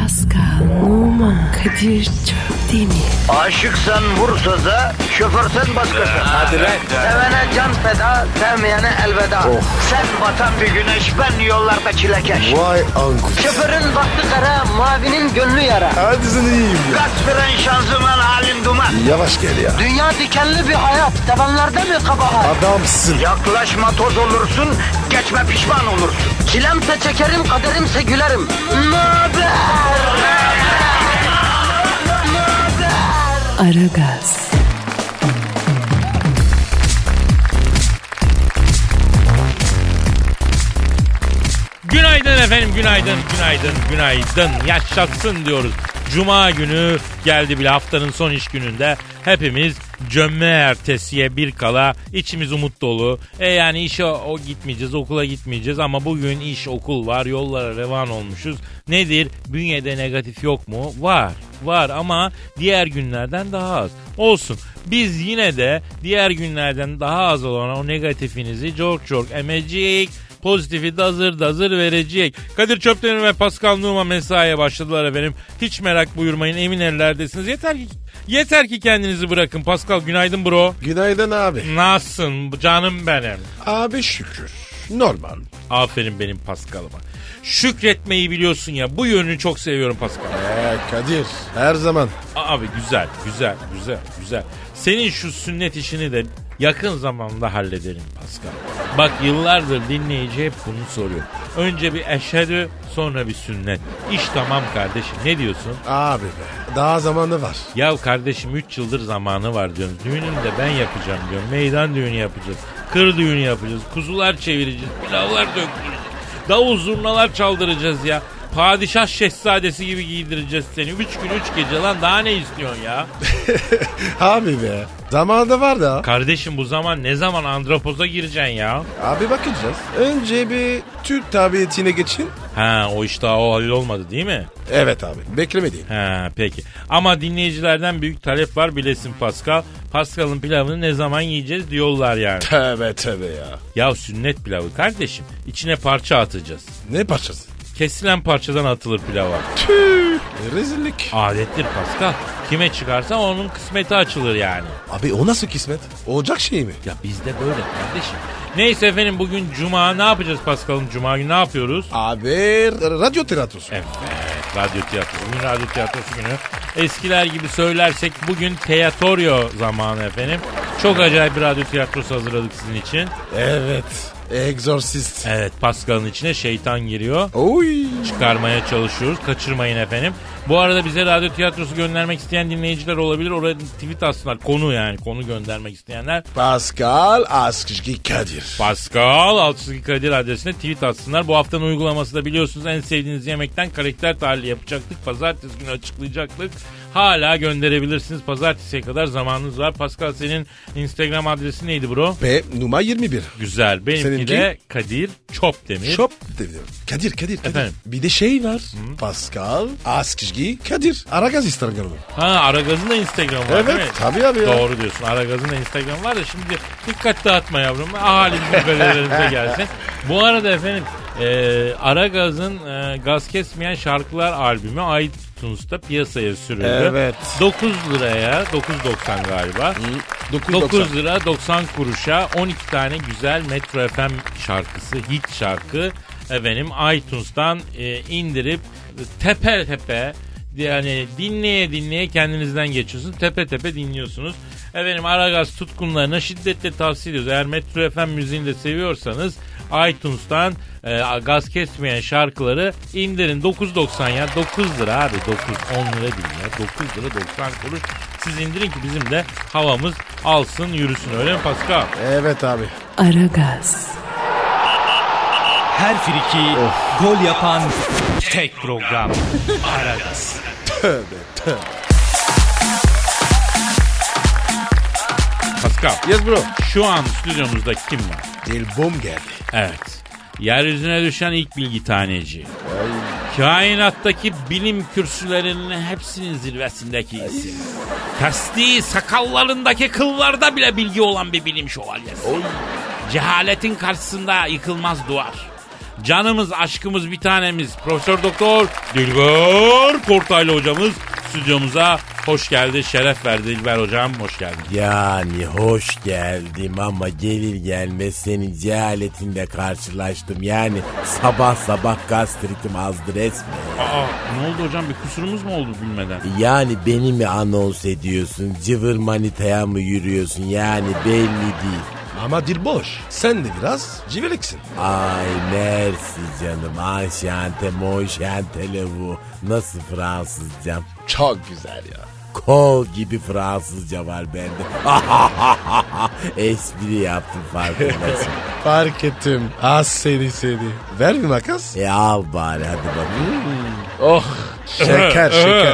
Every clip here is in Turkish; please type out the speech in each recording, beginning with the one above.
Pascal, Oman, Kadir çok değil mi? Aşıksan vursa da, şoförsen başkasın. Hadi lan. Sevene can feda, sevmeyene elveda. Sen batan bir güneş, ben yollarda çilekeş. Vay anku. Şoförün baktı kara, mavinin gönlü yara. Hadi sen iyiyim ya. Kasperen şanzıman halin duman. Yavaş gel ya. Dünya dikenli bir hayat, sevenlerde mi kabahar? Adamsın. Yaklaşma toz olursun, geçme pişman olursun. Çilemse çekerim, kaderimse gülerim. Möber! Aragaz. Günaydın efendim, günaydın. Yaşasın diyoruz. Cuma günü geldi bile, haftanın son iş gününde. Hepimiz cömme ertesiye bir kala içimiz umut dolu. Yani işe gitmeyeceğiz, okula gitmeyeceğiz ama bugün iş, okul var, yollara revan olmuşuz. Nedir? Bünyede negatif yok mu? Var ama diğer günlerden daha az. Olsun. Biz yine de diğer günlerden daha az olan o negatifinizi çok emecek. Pozitifi dazır verecek. Kadir Çöptemir ve Pascal Numa mesaiye başladılar efendim. Hiç merak buyurmayın, emin ellerdesiniz. Yeter ki kendinizi bırakın. Pascal günaydın bro. Günaydın abi. Nasılsın canım benim? Abi şükür. Normal. Aferin benim Pascal'ıma. Şükretmeyi biliyorsun ya. Bu yönünü çok seviyorum Pascal. Kadir her zaman. Abi güzel. Senin şu sünnet işini de yakın zamanda halledelim Pascal. Bak yıllardır dinleyici hep bunu soruyor. Önce bir eşhedü, sonra bir sünnet. İş tamam kardeşim, ne diyorsun? Abi be, daha zamanı var. Ya kardeşim 3 yıldır zamanı var diyorum. Düğününü de ben yapacağım diyorum. Meydan düğünü yapacağız. Kır düğünü yapacağız. Kuzular çevireceğiz. Pilavlar döktüreceğiz. Davul zurnalar çaldıracağız ya. Padişah şehzadesi gibi giydireceğiz seni. 3 gün 3 gece lan, daha ne istiyorsun ya? Abi be, zamanında var da. Kardeşim bu zaman ne zaman andropoza gireceksin ya? Abi bakacağız. Önce bir Türk tabiyetine geçin. O iş daha o halil olmadı değil mi? Evet abi, beklemediğim. Peki. Ama dinleyicilerden büyük talep var bilesin Pascal. Pascal'ın pilavını ne zaman yiyeceğiz diyorlar yani. Tövbe ya. Ya sünnet pilavı kardeşim. İçine parça atacağız. Ne parçası? Kesilen parçadan atılır pilava. Tüh, rezillik. Adettir Pascal. Kime çıkarsa onun kısmeti açılır yani. Abi o nasıl kısmet? Olacak şey mi? Ya bizde böyle kardeşim. Neyse efendim, bugün Cuma, ne yapacağız Pascal'ım? Cuma günü ne yapıyoruz? Abi radyo tiyatrosu. Evet, radyo tiyatrosu. Bugün radyo tiyatrosu günü. Eskiler gibi söylersek bugün teatoryo zamanı efendim. Çok acayip bir radyo tiyatrosu hazırladık sizin için. Evet. Exorcist. Evet, Pascal'ın içine şeytan giriyor. Oy. Çıkarmaya çalışıyoruz. Kaçırmayın efendim. Bu arada bize radyo tiyatrosu göndermek isteyen dinleyiciler olabilir. Oraya tweet atsınlar. Konu göndermek isteyenler. Pascal Askışki Kadir. Pascal Askışki Kadir adresine tweet atsınlar. Bu haftanın uygulaması da biliyorsunuz en sevdiğiniz yemekten karakter tahlili yapacaktık. Pazartesi günü açıklayacaktık. Hala gönderebilirsiniz. Pazartesiye kadar zamanınız var. Pascal, senin Instagram adresi neydi bro? Ve numara 21. Güzel. Benimki seninki? de Kadir Çöptemir. Kadir. Efendim? Bir de şey var. Pascal Askışki Kadir. Aragaz Instagram'ı. Aragaz'ın da Instagram var değil mi? Evet tabii abi ya. Doğru diyorsun. Aragaz'ın da Instagram var da şimdi dikkat dağıtma yavrum. Ahalinin bebelerimize gelsin. Bu arada efendim Aragaz'ın Gaz Kesmeyen Şarkılar albümü iTunes'ta piyasaya sürüldü. Evet. 9 liraya, 9.90 galiba. 9 lira 90 kuruşa 12 tane güzel Metro FM şarkısı, hit şarkı efendim iTunes'tan indirip tepe yani dinleye kendinizden geçiyorsunuz. Tepe dinliyorsunuz. Efendim Aragaz tutkunlarına şiddetle tavsiye ediyoruz. Eğer Metro FM müziğini de seviyorsanız iTunes'tan Gaz Kesmeyen şarkıları indirin. 9.90 ya, 9 lira abi, 10 lira değil ya, 9 lira 90 kuruş. Siz indirin ki bizim de havamız alsın yürüsün, öyle mi Pascal? Evet abi. Aragaz. Her friki gol yapan tek program. Aragaz. Tövbe. Pascal. Yes bro. Şu an stüdyomuzda kim var? Dilbom geldi. Evet. Yeryüzüne düşen ilk bilgi taneci. Kainattaki bilim kürsülerinin hepsinin zirvesindeki isim. Kestiği sakallarındaki kıllarda bile bilgi olan bir bilim şövalyesi. Cehaletin karşısında yıkılmaz duvar. Canımız, aşkımız, bir tanemiz Profesör Doktor Dilber Kortaylı hocamız stüdyomuza hoş geldi, şeref verdi. Dilber hocam hoş geldin. Yani hoş geldim ama gelir gelmez senin cehaletinde karşılaştım. Yani sabah sabah gastritim azdı resmen. Aa, ne oldu hocam, bir kusurumuz mu oldu bilmeden? Yani beni mi anons ediyorsun, cıvır manitaya mı yürüyorsun, yani belli değil. Ama dil boş. Sen de biraz civeliksin. Ay mersi canım. Anşante monşante bu. Nasıl Fransızcam? Çok güzel ya. Kol gibi Fransızca var bende. Espri yaptım farkındasın. Fark ettim. Az seni. Ver bir makas. Al bari hadi bakayım. Oh şeker.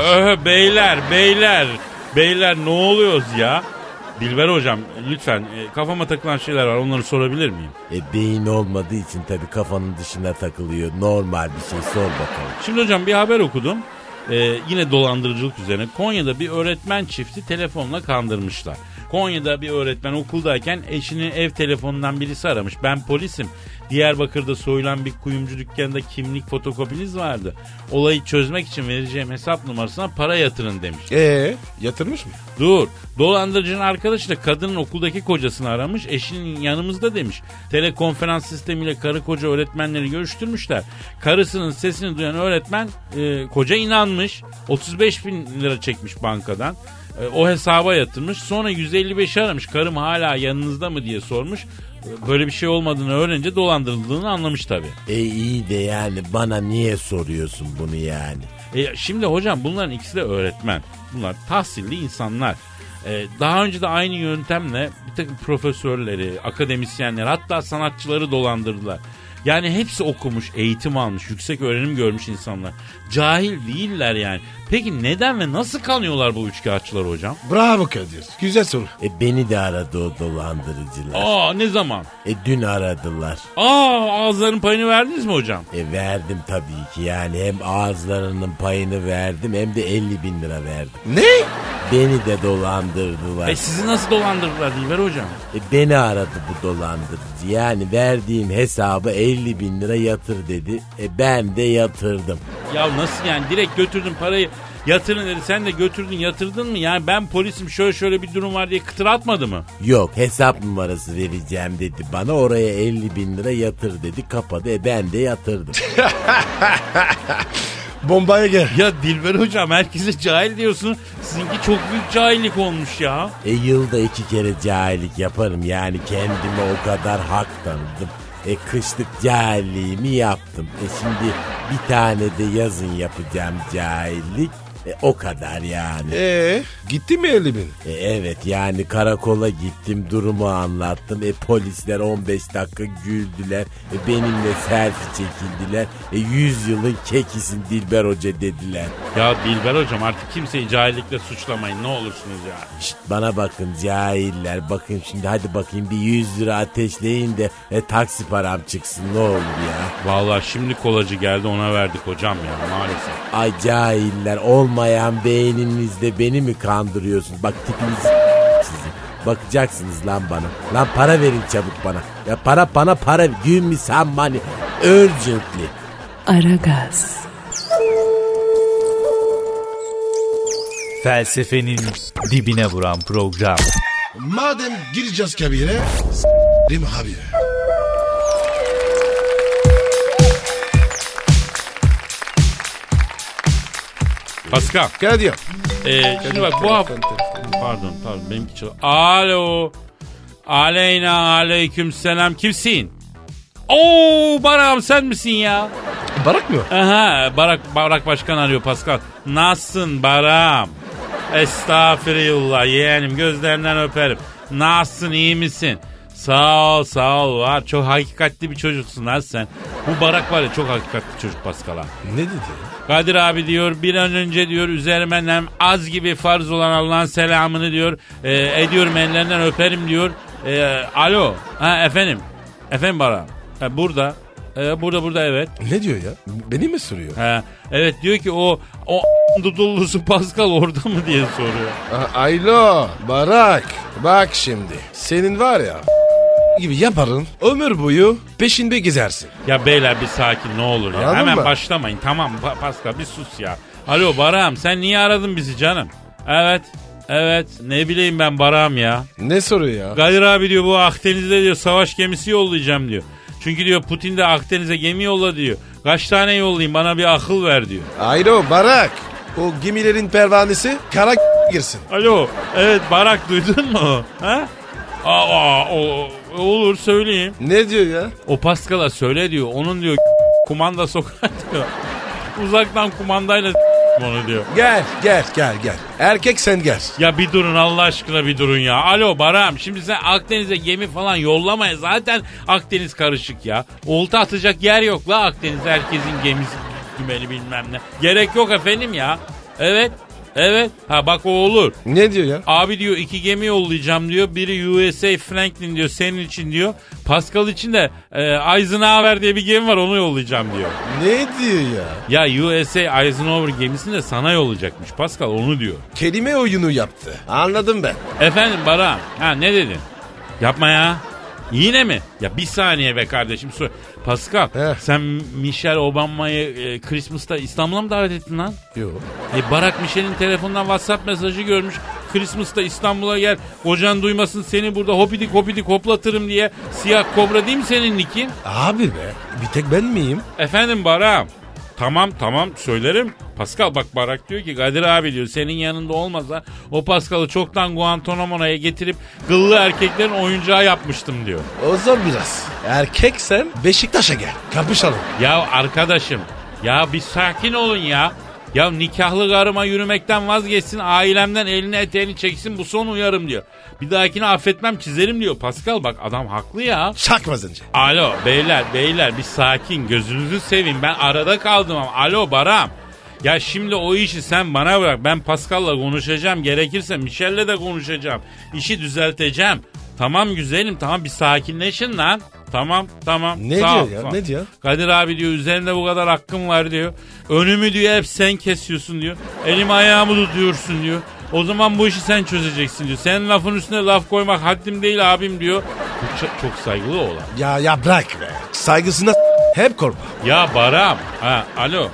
Beyler ne oluyoruz ya? Dilber hocam lütfen kafama takılan şeyler var, onları sorabilir miyim? Beyin olmadığı için tabii kafanın dışına takılıyor. Normal bir şey, sor bakalım. Şimdi hocam bir haber okudum. Yine dolandırıcılık üzerine. Konya'da bir öğretmen çifti telefonla kandırmışlar. Konya'da bir öğretmen okuldayken eşinin ev telefonundan birisi aramış. Ben polisim. Diyarbakır'da soyulan bir kuyumcu dükkanında kimlik fotokopiniz vardı. Olayı çözmek için vereceğim hesap numarasına para yatırın demiş. Yatırmış mı? Dur. Dolandırıcının arkadaşı da kadının okuldaki kocasını aramış. Eşinin yanımızda demiş. Telekonferans sistemiyle karı koca öğretmenleri görüştürmüşler. Karısının sesini duyan öğretmen koca inanmış. 35 bin lira çekmiş bankadan. O hesaba yatırmış. Sonra 155'i aramış. Karım hala yanınızda mı diye sormuş. Böyle bir şey olmadığını öğrenince dolandırıldığını anlamış tabii. İyi de yani bana niye soruyorsun bunu yani? Şimdi hocam bunların ikisi de öğretmen. Bunlar tahsilli insanlar. Daha önce de aynı yöntemle bir takım profesörleri, akademisyenler, hatta sanatçıları dolandırdılar. Yani hepsi okumuş, eğitim almış, yüksek öğrenim görmüş insanlar. Cahil değiller yani. Peki neden ve nasıl kanıyorlar bu üçkağıtçılar hocam? Bravo Kadir. Güzel soru. Beni de aradı o dolandırıcılar. Ne zaman? Dün aradılar. Ağızların payını verdiniz mi hocam? Verdim tabii ki, yani hem ağızlarının payını verdim hem de 50 bin lira verdim. Ne? Beni de dolandırdılar. Sizi nasıl dolandırdılar Dilber hocam? Beni aradı bu dolandırıcı. Yani verdiğim hesaba 50 bin lira yatır dedi. Ben de yatırdım. Ya nasıl yani, direkt götürdün parayı yatırın dedi, sen de götürdün yatırdın mı? Yani ben polisim, şöyle bir durum var diye kıtır atmadı mı? Yok, hesap numarası vereceğim dedi bana, oraya 50 bin lira yatır dedi, kapadı, ben de yatırdım. Bombaya gel. Ya Dilber hocam, herkese cahil diyorsun, sizinki çok büyük cahillik olmuş ya. Yılda 2 kere cahillik yaparım, yani kendime o kadar hak tanıdım. Kışlık cahilliğimi yaptım. Şimdi bir tane de yazın yapacağım cahillik. O kadar yani. Gitti mi 50 bin? Evet, yani karakola gittim, durumu anlattım. Polisler 15 dakika güldüler. Benimle selfie çekildiler. 100 yılın kekisin Dilber Hoca dediler. Ya Dilber hocam, artık kimseyi cahillikle suçlamayın ne olursunuz ya. Şşt, bana bakın cahiller, bakın şimdi, hadi bakayım bir 100 lira ateşleyin de taksi param çıksın ne olur ya. Vallahi şimdi kolacı geldi, ona verdik hocam ya, maalesef. Ay cahiller, olmayan beyninizde beni mi kandırıyorsun? Bak tipiniz sizin. Bakacaksınız lan bana. Lan para verin çabuk bana. Ya bana para. Give me some money. Urgently. Aragaz. Felsefenin dibine vuran program. Madem gireceğiz kabire, s***rim abi. Pascal. Kadir. Şimdi bak bu hafta... Pardon benimki çalıyor. Alo. Aleyna aleyküm selam. Kimsin? Barak'ım sen misin ya? Barak mı? Aha, Barak Başkan arıyor Pascal. Nasılsın Barak'ım? Estağfirullah yeğenim, gözlerinden öperim. Nasılsın, iyi misin? Sağ ol var. Çok hakikatli bir çocuksun lan sen. Bu Barak var ya, çok hakikatli çocuk Pascal abi. Ne dedi? Kadir abi diyor, bir an önce diyor üzerime nem az gibi farz olan Allah'ın selamını diyor ediyorum, ellerinden öperim diyor. Alo. Efendim Barak. Burada. Burada evet. Ne diyor ya? Beni mi soruyor? Evet, diyor ki o dudullusu Pascal orada mı diye soruyor. Alo Barak. Bak şimdi. Senin var ya. gibi yaparım. Ömür boyu peşinde gezersin. Ya beyler bir sakin ne olur ya. Anladın Hemen mı? başlamayın. Tamam Pascal bir sus ya. Alo Barak'ım sen niye aradın bizi canım? Evet ne bileyim ben Barak'ım ya. Ne soruyor ya? Kadir abi diyor bu Akdeniz'de diyor savaş gemisi yollayacağım diyor. Çünkü diyor Putin de Akdeniz'e gemi yolla diyor. Kaç tane yollayayım bana bir akıl ver diyor. Ayro Barak. O gemilerin pervanesi kara girsin. Alo evet Barak duydun mu? Ha? Olur söyleyeyim. Ne diyor ya? O Pascal'a söyle diyor. Onun diyor kumanda sokar diyor. Uzaktan kumandayla onu diyor. Gel. Erkek sen gel. Ya bir durun Allah aşkına bir durun ya. Alo Barak'ım şimdi sen Akdeniz'e gemi falan yollamaya zaten Akdeniz karışık ya. Olta atacak yer yok la Akdeniz'de herkesin gemisi gümeli bilmem ne. Gerek yok efendim ya. Evet. Ha bak o olur. Ne diyor ya? Abi diyor 2 gemi yollayacağım diyor. Biri USA Franklin diyor senin için diyor. Pascal için de Eisenhower diye bir gemi var onu yollayacağım diyor. Ne diyor ya? Ya USA Eisenhower gemisini de sana yollayacakmış Pascal onu diyor. Kelime oyunu yaptı. Anladım ben. Efendim Barak'ım ha ne dedin? Yapma ya. Yine mi? Ya bir saniye be kardeşim. Pascal sen Michelle Obama'yı Christmas'ta İstanbul'a mı davet ettin lan? Yok. Barak Michelle'in telefondan WhatsApp mesajı görmüş. Christmas'ta İstanbul'a gel. Kocan duymasın seni burada hopidik hoplatırım diye. Siyah kobra değil mi senin nickin? Abi be bir tek ben miyim? Efendim Barak'ım. Tamam söylerim. Pascal bak Barak diyor ki Kadir abi diyor senin yanında olmasa o Pascal'ı çoktan Guantanamo'ya getirip kıllı erkeklerin oyuncağı yapmıştım diyor. O zor biraz. Erkek sen Beşiktaş'a gel. Kapışalım. Ya arkadaşım ya bir sakin olun ya. Ya nikahlı karıma yürümekten vazgeçsin ailemden elini eteğini çeksin bu son uyarım diyor. Bir dahakine affetmem çizerim diyor. Pascal bak adam haklı ya. Çakmaz önce. Alo beyler bir sakin gözünüzü seveyim ben arada kaldım ama. Alo Barak'ım. Ya şimdi o işi sen bana bırak. Ben Pascal'la konuşacağım. Gerekirse Michelle'le de konuşacağım. İşi düzelteceğim. Tamam güzelim tamam bir sakinleşin lan. Tamam. Ne sağ diyor ol, ya? Ne diyor? Kadir abi diyor üzerinde bu kadar hakkım var diyor. Önümü diyor hep sen kesiyorsun diyor. Elim ayağımı tutuyorsun diyor. O zaman bu işi sen çözeceksin diyor. Senin lafın üstüne laf koymak haddim değil abim diyor. Bu çok saygılı oğlan. Ya bırak be. Saygısına hep korkma. Ya Barak'ım. Alo.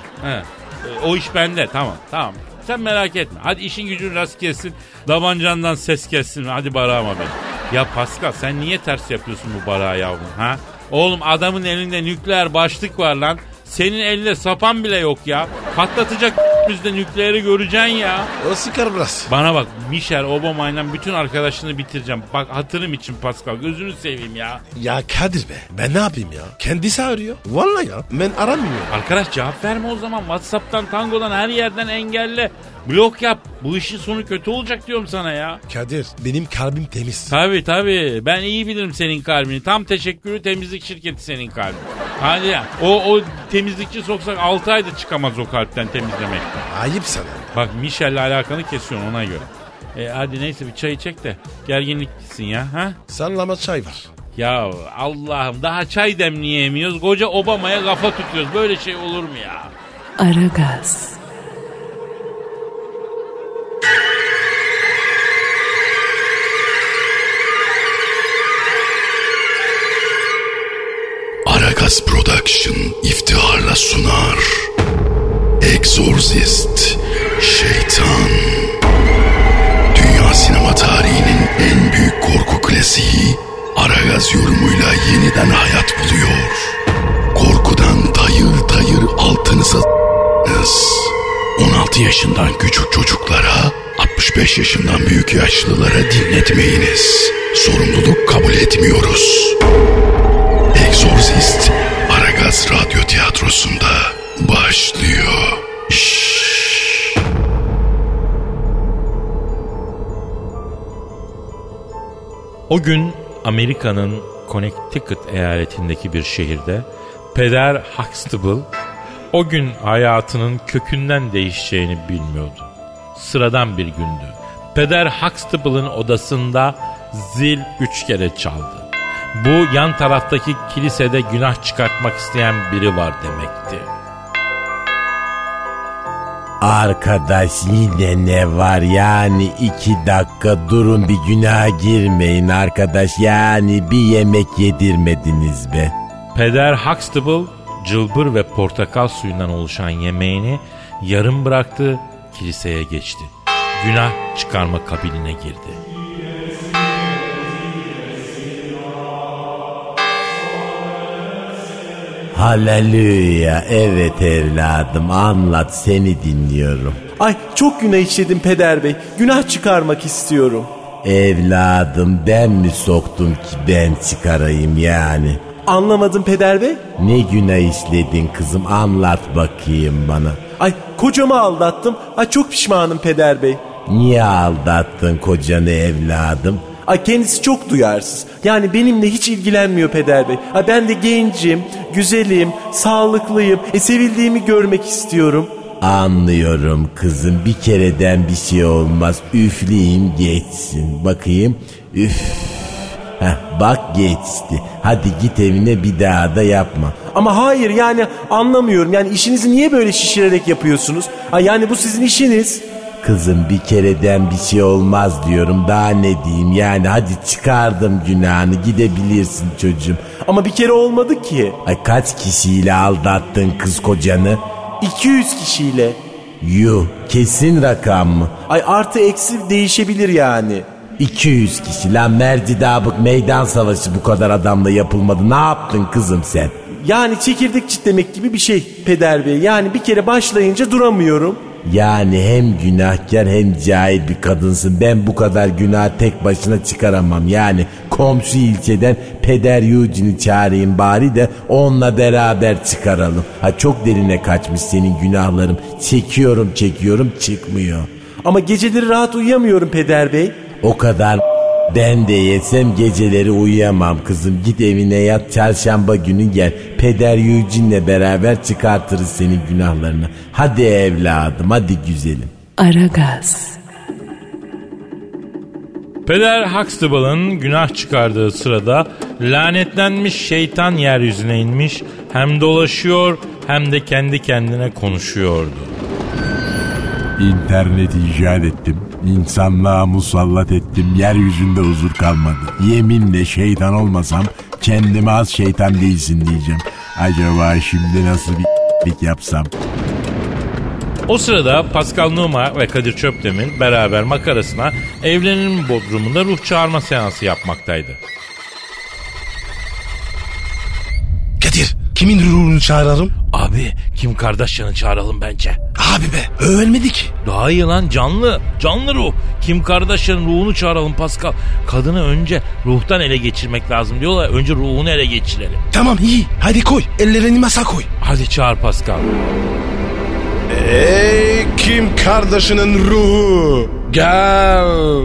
O iş bende tamam. Sen merak etme. Hadi işin gücün rast gelsin. Davancandan ses gelsin. Hadi Barak'ıma benim. Ya Pascal sen niye ters yapıyorsun bu Barak'a yavrum ha? Oğlum adamın elinde nükleer başlık var lan. Senin elinde sapan bile yok ya. Patlatacak bizde nükleeri göreceksin ya. O sıkar biraz. Bana bak Michelle Obama'yla bütün arkadaşını bitireceğim. Bak hatırım için Pascal gözünü seveyim ya. Ya Kadir be ben ne yapayım ya? Kendisi arıyor. Vallahi ya ben aramıyorum. Arkadaş cevap verme o zaman. WhatsApp'tan, Tango'dan her yerden engelle. Blok yap. Bu işin sonu kötü olacak diyorum sana ya. Kadir benim kalbim temiz. Tabii. Ben iyi bilirim senin kalbini. Tam teşekkürü temizlik şirketi senin kalbin. Hadi ya. O temizlikçi soksak 6 ayda çıkamaz o kalpten temizlemekten. Ayıp sana. Bak Michelle'le alakanı kesiyorsun ona göre. Hadi neyse bir çay içek de gerginlik gitsin ya. Ha? Sallama çay var. Ya Allah'ım daha çay demleyemiyoruz. Koca Obama'ya kafa tutuyoruz. Böyle şey olur mu ya? Aragaz. Aragaz Production iftiharla sunar. Exorcist, Şeytan. Dünya sinema tarihinin en büyük korku klasiği Aragaz yorumuyla yeniden hayat buluyor. Korkudan tayır tayır altınıza s***nız. 16 yaşından küçük çocuklara, 65 yaşından büyük yaşlılara dinletmeyiniz. Sorumluluk kabul etmiyoruz. Exorcist Aragaz Radyo Tiyatrosu'nda başlıyor. O gün Amerika'nın Connecticut eyaletindeki bir şehirde Peder Huxtable o gün hayatının kökünden değişeceğini bilmiyordu. Sıradan bir gündü. Peder Huxtable'ın odasında zil 3 kere çaldı. Bu yan taraftaki kilisede günah çıkartmak isteyen biri var demekti. Arkadaş yine ne var yani 2 dakika durun bir günaha girmeyin arkadaş yani bir yemek yedirmediniz be. Peder Huxtable cılbır ve portakal suyundan oluşan yemeğini yarım bıraktı, kiliseye geçti. Günah çıkarma kabiline girdi. Halleluya, evet evladım anlat seni dinliyorum. Ay çok günah işledim peder bey. Günah çıkarmak istiyorum. Evladım ben mi soktum ki ben çıkarayım yani? Anlamadım peder bey. Ne günah işledin kızım anlat bakayım bana. Ay kocamı aldattım. Ay çok pişmanım peder bey. Niye aldattın kocanı evladım? Ay kendisi çok duyarsız. Yani benimle hiç ilgilenmiyor peder bey. Ay ben de gencim, güzelim, sağlıklıyım. Sevildiğimi görmek istiyorum. Anlıyorum kızım bir kereden bir şey olmaz. Üfleyeyim geçsin. Bakayım. Üf. Heh, bak geçti. Hadi git evine bir daha da yapma. Ama hayır yani anlamıyorum. Yani işinizi niye böyle şişirerek yapıyorsunuz? Ay yani bu sizin işiniz. Kızım bir kereden bir şey olmaz diyorum. Daha ne diyeyim yani hadi çıkardım günahını gidebilirsin çocuğum. Ama bir kere olmadı ki. Ay kaç kişiyle aldattın kız kocanı? 200 kişiyle. Yuh kesin rakam mı? Ay artı eksi değişebilir yani. 200 kişi lan Mercidabık meydan savaşı bu kadar adamla yapılmadı. Ne yaptın kızım sen? Yani çekirdek çitlemek gibi bir şey peder bey. Yani bir kere başlayınca duramıyorum. Yani hem günahkar hem cahil bir kadınsın. Ben bu kadar günah tek başına çıkaramam. Yani komşu ilçeden Peder Eugene'i çağırayım bari de onunla beraber çıkaralım. Ha çok derine kaçmış senin günahlarım. Çekiyorum çıkmıyor. Ama geceleri rahat uyuyamıyorum peder bey. O kadar ben de yesem geceleri uyuyamam kızım. Git evine yat çarşamba günü gel. Peder Eugene'le beraber çıkartırız senin günahlarını. Hadi evladım hadi güzelim. Aragaz. Peder Huxtable'ın günah çıkardığı sırada lanetlenmiş şeytan yeryüzüne inmiş. Hem dolaşıyor hem de kendi kendine konuşuyordu. İnterneti icat ettim. İnsanlığa musallat ettim. Yeryüzünde huzur kalmadı. Yeminle şeytan olmasam kendime az şeytan değilsin diyeceğim. Acaba şimdi nasıl bir yapsam? O sırada Pascal Numa ve Kadir Çöptemir beraber makarasına evlerinin bodrumunda ruh çağırma seansı yapmaktaydı. Kadir, kimin ruhunu çağıralım? Abi Kim Kardashian'ı çağıralım bence. Abi be, ölmedik. Daha iyi lan canlı ruh. Kim Kardashian'ın ruhunu çağıralım Pascal. Kadını önce ruhtan ele geçirmek lazım diyorlar. Önce ruhunu ele geçirelim. Tamam iyi, hadi koy, ellerini masa koy. Hadi çağır Pascal. Ey Kim Kardashian'ın ruhu, gel.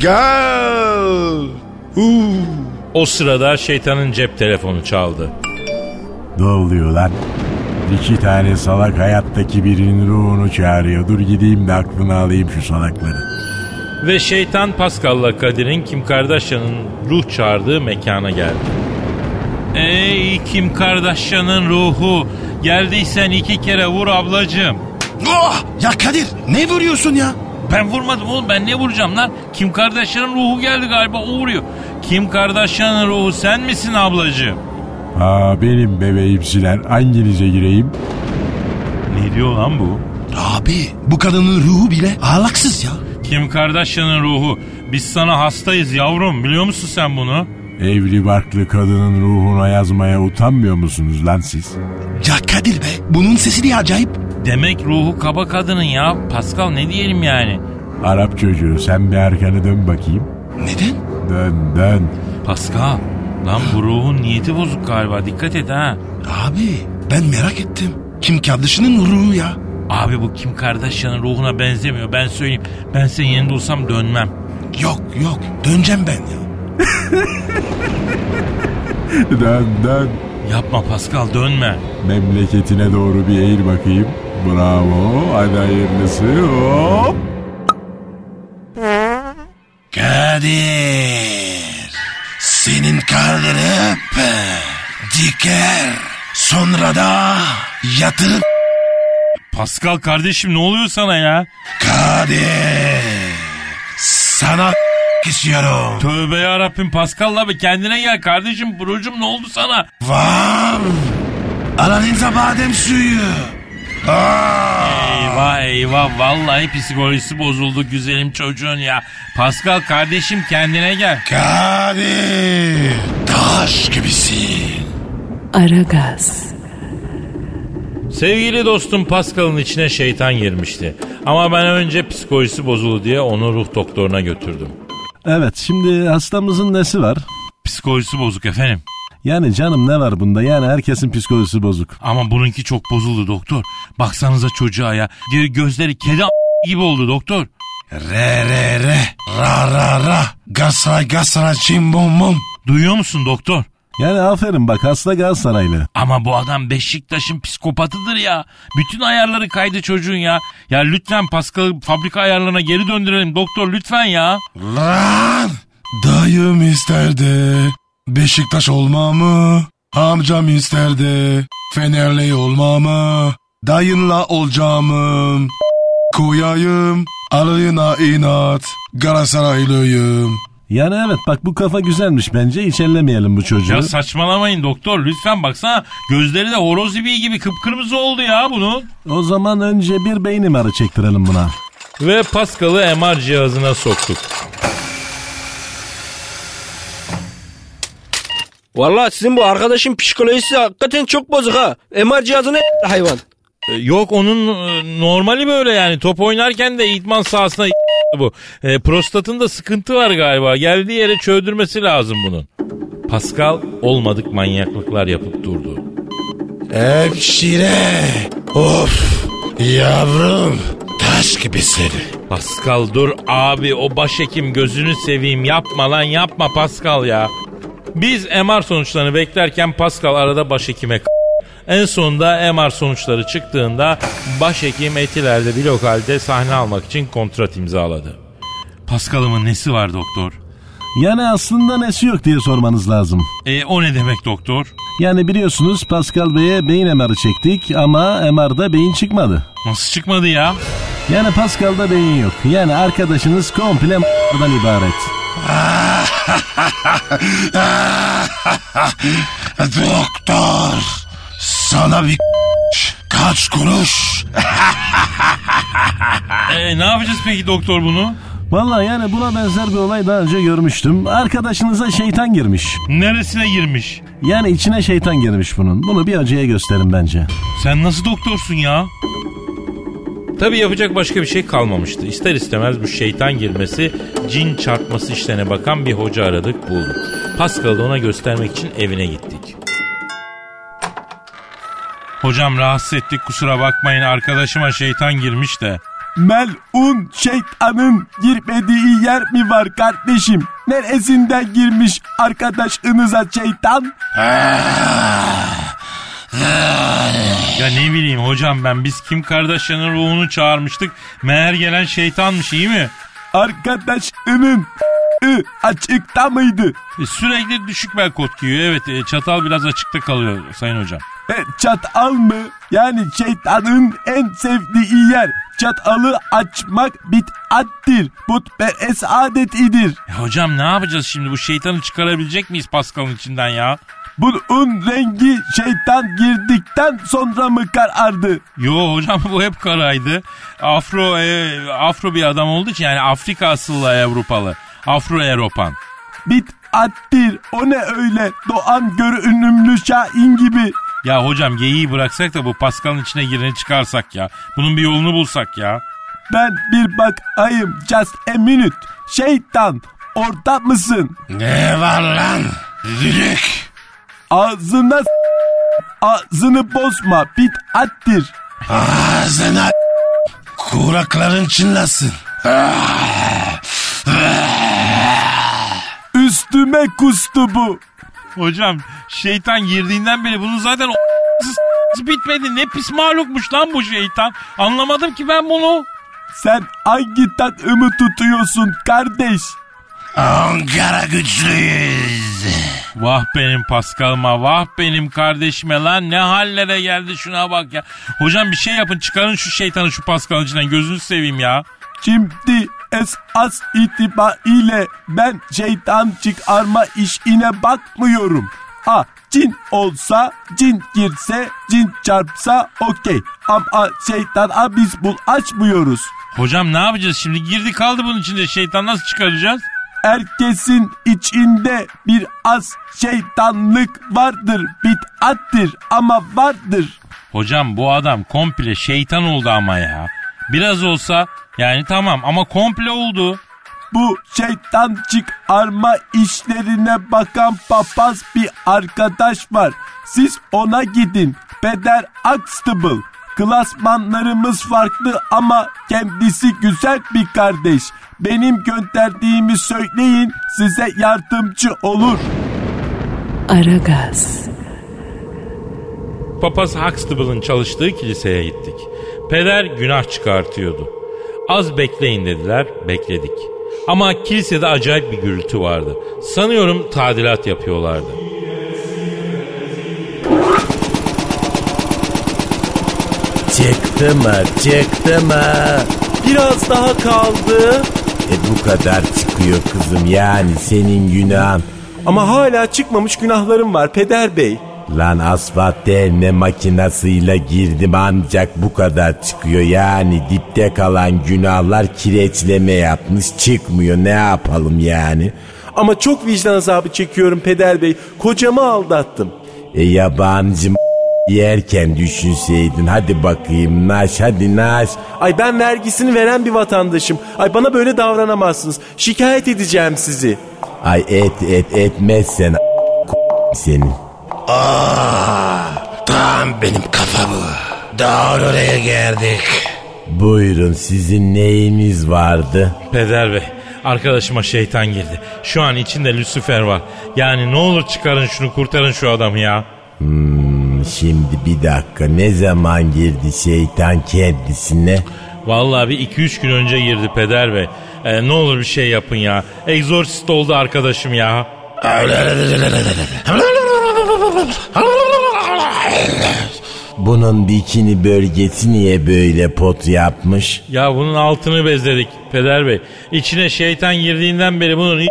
O sırada şeytanın cep telefonu çaldı. Ne oluyor lan? 2 tane salak hayattaki birinin ruhunu çağırıyor. Dur gideyim de aklını alayım şu salakları. Ve şeytan Pascal'la Kadir'in Kim Kardashian'ın ruh çağırdığı mekana geldi. Ey Kim Kardashian'ın ruhu, geldiysen 2 kere vur ablacığım. Oh, ya Kadir ne vuruyorsun ya? Ben vurmadım oğlum, ben ne vuracağım lan? Kim Kardashian'ın ruhu geldi galiba, o vuruyor. Kim Kardashian'ın ruhu sen misin ablacığım? Benim bebeğimsiler hanginize gireyim? Ne diyor lan bu? Abi bu kadının ruhu bile ahlaksız ya. Kim Kardashian'ın ruhu, biz sana hastayız yavrum, biliyor musun sen bunu? Evli barklı kadının ruhuna yazmaya utanmıyor musunuz lan siz? Ya Kadir be, bunun sesi de acayip. Demek ruhu kaba kadının ya. Pascal ne diyelim yani? Arap çocuğu sen bir arkanı dön bakayım. Neden? Dön. Pascal, lan bu ruhun niyeti bozuk galiba, dikkat et ha. Abi ben merak ettim. Kim Kardashian'ın ruhu ya? Abi bu Kim Kardashian'ın ruhuna benzemiyor, ben söyleyeyim. Ben senin yerinde olsam dönmem. Yok döneceğim ben ya. Dön. Yapma Pascal, dönme. Memleketine doğru bir eğil bakayım. Bravo. Hadi hayırlısı. Hop. Kadir, senin kalbini diker, sonra da yatırıp Pascal kardeşim ne oluyor sana ya? Kadir. Sana istiyorum. Tövbe yarabbim Pascal'la bir kendine gel kardeşim. Brocum ne oldu sana? Var. Aranınıza badem suyu. Eyvah eyvah vallahi psikolojisi bozuldu güzelim çocuğun ya. Pascal kardeşim kendine gel. Kadir. Taş gibisin. Aragaz. Sevgili dostum Pascal'ın içine şeytan girmişti. Ama ben önce psikolojisi bozuldu diye onu ruh doktoruna götürdüm. Evet, şimdi hastamızın nesi var? Psikolojisi bozuk efendim. Yani canım ne var bunda? Yani herkesin psikolojisi bozuk. Ama bununki çok bozuldu doktor. Baksanıza çocuğa ya. Gözleri kedi gibi oldu doktor. Re ra gasra çim bom bom. Duyuyor musun doktor? Yani aferin bak, hasta Galatasaraylı. Ama bu adam Beşiktaş'ın psikopatıdır ya. Bütün ayarları kaydı çocuğun ya. Ya lütfen Pascal'ı fabrika ayarlarına geri döndürelim doktor lütfen ya. Lan dayım isterdi Beşiktaş olmamı, amcam isterdi Fenerli olmamı, dayınla olacağımı koyayım, alayına inat Galatasaraylıyım. Yani evet bak, bu kafa güzelmiş bence, hiç ellemeyelim bu çocuğu. Ya saçmalamayın doktor lütfen, baksana gözleri de horoz ibiği gibi kıpkırmızı oldu ya bunun. O zaman önce bir beyin MR'ı çektirelim buna. Ve Pascal'ı MR cihazına soktuk. Vallahi sizin bu arkadaşın psikolojisi hakikaten çok bozuk ha. MR cihazı hayvan. Yok onun normali böyle yani. Top oynarken de idman sahasına bu. Prostatında sıkıntı var galiba. Geldiği yere çöldürmesi lazım bunun. Pascal olmadık manyaklıklar yapıp durdu. Hemşire. Of yavrum taş gibisin. Pascal dur abi, o başhekim gözünü seveyim, yapma lan yapma Pascal ya. Biz MR sonuçlarını beklerken Pascal arada başhekime en sonunda MR sonuçları çıktığında başhekim Etiler'de bir lokalde sahne almak için kontrat imzaladı. Pascal'ımın nesi var doktor? Yani aslında nesi yok diye sormanız lazım. O ne demek doktor? Yani biliyorsunuz Pascal Bey'e beyin MR'ı çektik ama MR'da beyin çıkmadı. Nasıl çıkmadı ya? Yani Pascal'da beyin yok. Yani arkadaşınız komple m***dan ibaret. Doktor sana bir kaç kuruş. Ne yapacağız peki doktor bunu? Vallahi yani buna benzer bir olay daha önce görmüştüm. Arkadaşınıza şeytan girmiş. Neresine girmiş? Yani içine şeytan girmiş bunun. Bunu bir hocaya gösterin bence. Sen nasıl doktorsun ya? Tabii yapacak başka bir şey kalmamıştı. İster istemez bu şeytan girmesi, cin çarpması işlerine bakan bir hoca aradık, bulduk. Pascal'ı ona göstermek için evine gittik. Hocam rahatsız ettik, kusura bakmayın, arkadaşıma şeytan girmiş de. Melun şeytanın girmediği yer mi var kardeşim? Neresinden girmiş arkadaşınıza şeytan? Ya ne bileyim hocam ben, biz Kim Kardashian'ın ruhunu çağırmıştık. Meğer gelen şeytanmış, iyi mi? Arkadaşının açıkta mıydı? Sürekli düşük bel kot giyiyor, evet, çatal biraz açıkta kalıyor sayın hocam. Çatal mı? Yani şeytanın en sevdiği yer. Çatalı açmak bid'attir. Putperest adetidir. Hocam ne yapacağız şimdi, bu şeytanı çıkarabilecek miyiz Pascal'ın içinden ya? Bunun rengi şeytan girdikten sonra mı karardı? Yo hocam bu hep karaydı. Afro bir adam olduğu için, yani Afrika asıllı Avrupalı. Afro-Europan. Bid'attir. O ne öyle? Doğan görünümlü Şahin gibi. Ya hocam geyiği bıraksak da bu Pascal'ın içine gireni çıkarsak ya. Bunun bir yolunu bulsak ya. Ben bir bakayım, just a minute. Şeytan orada mısın? Ne var lan? Düdük. Ağzını bozma, bid'attir. Ağzına kulakların çınlasın. Üstüme kustu bu. Hocam şeytan girdiğinden beri bunun zaten bitmedi. Ne pis mahlukmuş lan bu şeytan. Anlamadım ki ben bunu. Sen hangi takımı tutuyorsun kardeş? Ankara güçlüyüz. Vah benim Paskal'ıma, vah benim kardeşime lan, ne hallere geldi, şuna bak ya. Hocam bir şey yapın, çıkarın şu şeytanı şu Paskal'ın içinden, gözünü seveyim ya. Şimdi esas itibariyle ben şeytan çıkarma işine bakmıyorum. Cin olsa, cin girse, cin çarpsa okey. Ama şeytana biz bulaşmıyoruz. Hocam ne yapacağız şimdi? Girdi kaldı bunun içinde, şeytan nasıl çıkaracağız? Herkesin içinde bir az şeytanlık vardır. Bid'attır ama vardır. Hocam bu adam komple şeytan oldu ama ya. Biraz olsa yani tamam ama komple oldu. Bu şeytan çıkarma işlerine bakan papaz bir arkadaş var. Siz ona gidin. Peder Huxtable. Klasmanlarımız farklı ama kendisi güzel bir kardeş. Benim gönderdiğimi söyleyin, size yardımcı olur. Aragaz. Papaz Huxtable'ın çalıştığı kiliseye gittik. Peder günah çıkartıyordu. Az bekleyin dediler, bekledik. Ama kilisede acayip bir gürültü vardı. Sanıyorum tadilat yapıyorlardı. Çıktı mı? Biraz daha kaldı. Bu kadar çıkıyor kızım, yani senin günahın. Ama hala çıkmamış günahlarım var Peder Bey. Lan asfalt delme makinasıyla girdim ancak bu kadar çıkıyor. Yani dipte kalan günahlar kireçleme yapmış, çıkmıyor, ne yapalım yani. Ama çok vicdan azabı çekiyorum Peder Bey. Kocamı aldattım. Yabancı yerken düşünseydin, hadi bakayım naş, hadi naş. Ay ben vergisini veren bir vatandaşım. Ay bana böyle davranamazsınız. Şikayet edeceğim sizi. Ay etmezsen senin. Tam benim kafa bu. Doğru oraya geldik. Buyurun, sizin neyiniz vardı? Peder Bey, arkadaşıma şeytan girdi. Şu an içinde Lucifer var. Yani ne olur çıkarın şunu, kurtarın şu adamı ya. Şimdi bir dakika, ne zaman girdi şeytan kendisine? Vallahi bir 2-3 gün önce girdi Peder Bey. Ne olur bir şey yapın ya. Egzorsist oldu arkadaşım ya. Bunun bikini bölgesi niye böyle pot yapmış? Ya bunun altını bezledik Peder Bey. İçine şeytan girdiğinden beri bunun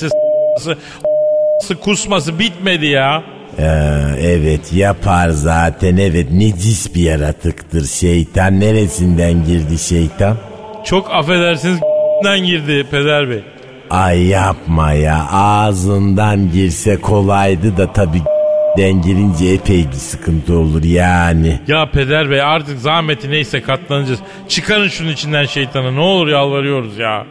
kusması bitmedi ya. Evet yapar zaten, evet, necis bir yaratıktır şeytan. Neresinden girdi şeytan? Çok affedersiniz girdi Peder Bey. Ay yapma ya, ağzından girse kolaydı da tabii den girince epey bir sıkıntı olur yani. Ya Peder Bey artık zahmeti neyse katlanacağız. Çıkarın şunun içinden şeytanı, ne olur yalvarıyoruz ya.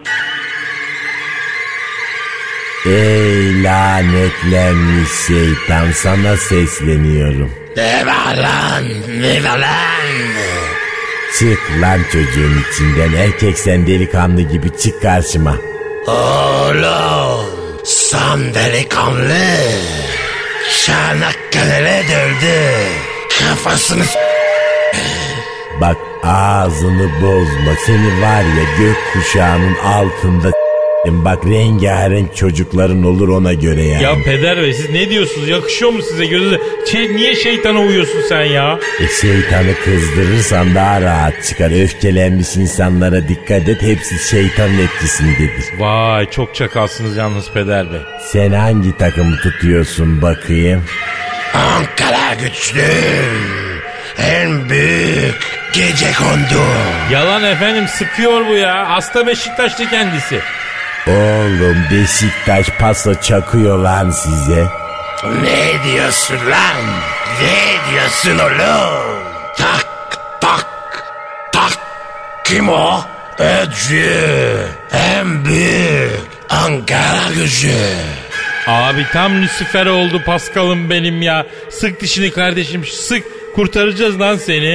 Ey lanetlenmiş şeytan, sana sesleniyorum. Ne var lan? Çık lan çocuğun içinden, erkek sen delikanlı gibi çık karşıma. Oğlum sen delikanlı. Çanakkale'ye döndü. Kafasını Bak ağzını bozma, seni var ya gökkuşağının altında bak rengarenk çocukların olur ona göre yani. Ya Peder Bey siz ne diyorsunuz, yakışıyor mu size gözünüze? Niye şeytana uyuyorsun sen ya? Şeytanı kızdırırsan daha rahat çıkar. Öfkelenmiş insanlara dikkat et, hepsi şeytanın etkisindedir. Vay çok çakalsınız yalnız Peder Bey. Sen hangi takımı tutuyorsun bakayım? Ankara güçlü. En büyük gecekondu. Yalan efendim, sıkıyor bu ya. Hasta Beşiktaşlı kendisi. Oğlum Beşiktaş paso çakıyor lan size. Ne diyorsun lan? Ne diyorsun oğlum? Tak tak tak. Kim o? Öcü. En büyük Ankara gücü. Abi tam Lucifer oldu Paskal'ım benim ya. Sık dişini kardeşim, sık, kurtaracağız lan seni.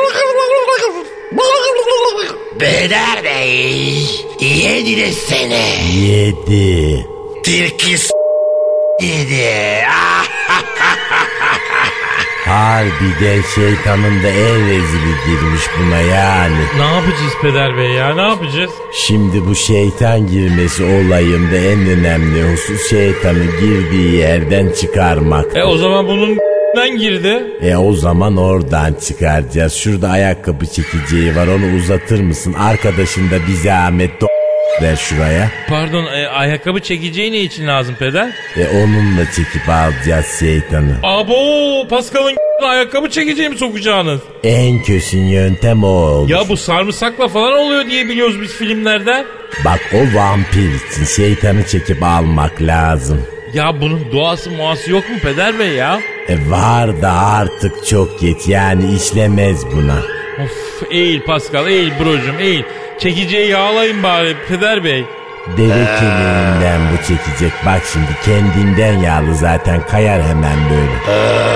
Beder Bey, yedi seni. Yedi. Tilki yedi. Harbiden şeytanın da en rezili girmiş buna yani. Ne yapacağız Peder Bey ya, ne yapacağız? Şimdi bu şeytan girmesi olayında en önemli husus şeytanı girdiği yerden çıkarmak. O zaman bunun girdi. O zaman oradan çıkaracağız. Şurada ayakkabı çekeceği var, onu uzatır mısın? Arkadaşın da bir zahmet ver şuraya. Pardon, ayakkabı çekeceği ne için lazım Peder? Onunla çekip alacağız şeytanı. Abo, Pascal'ın ayakkabı çekeceğimi sokacağınız. En kötü yöntem o olur. Ya bu sarımsakla falan oluyor diye biliyoruz biz filmlerden. Bak o vampir için şeytanı çekip almak lazım. Ya bunun doğası muası yok mu Peder Bey ya? Var da artık çok geç, yani işlemez buna. Of, eğil Pascal, eğil brocum, eğil. Çekeceği yağlayın bari Peder Bey. Deve kemiğinden bu çekecek. Bak şimdi kendinden yağlı zaten, kayar hemen böyle.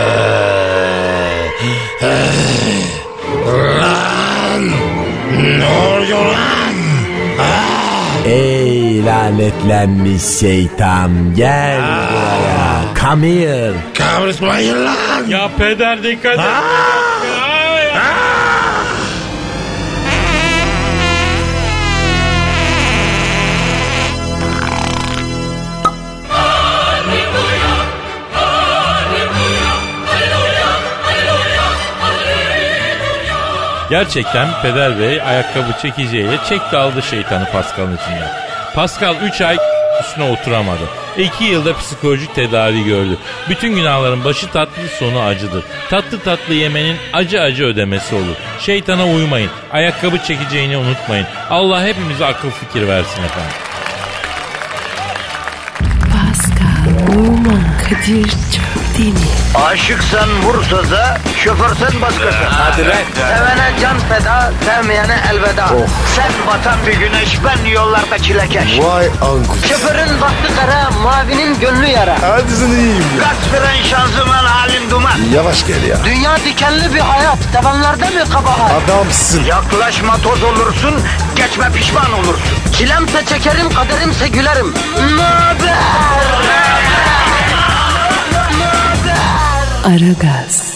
Lan! Ne oluyor lan? Ey lanetlenmiş şeytan, gel buraya. Come here. Kavuşmayın lan! Ya Peder dikkat et. Gerçekten Peder Bey ayakkabı çekeceğiyle çekti aldı şeytanı Pascal'ın içinden. Pascal 3 ay üstüne oturamadı. 2 yılda psikolojik tedavi gördü. Bütün günahların başı tatlı, sonu acıdır. Tatlı tatlı yemenin acı acı ödemesi olur. Şeytana uymayın. Ayakkabı çekeceğini unutmayın. Allah hepimize akıl fikir versin efendim. Pascal, Oman, Kadir çok değil mi? Aşıksan vursa da, şoförsen başkasın. Hadi lan. Sevene can feda, sevmeyene elveda. Sen batan bir güneş, ben yollarda çilekeş. Vay anku. Şoförün baktı kara, mavinin gönlü yara. Hadi sen iyiyim ya. Kasperen şanzıman halin duman. Yavaş gel ya. Dünya dikenli bir hayat, sevenlerde mi kabahar? Adamsın. Yaklaşma toz olursun, geçme pişman olursun. Çilemse çekerim, kaderimse gülerim. Möber! Aragaz.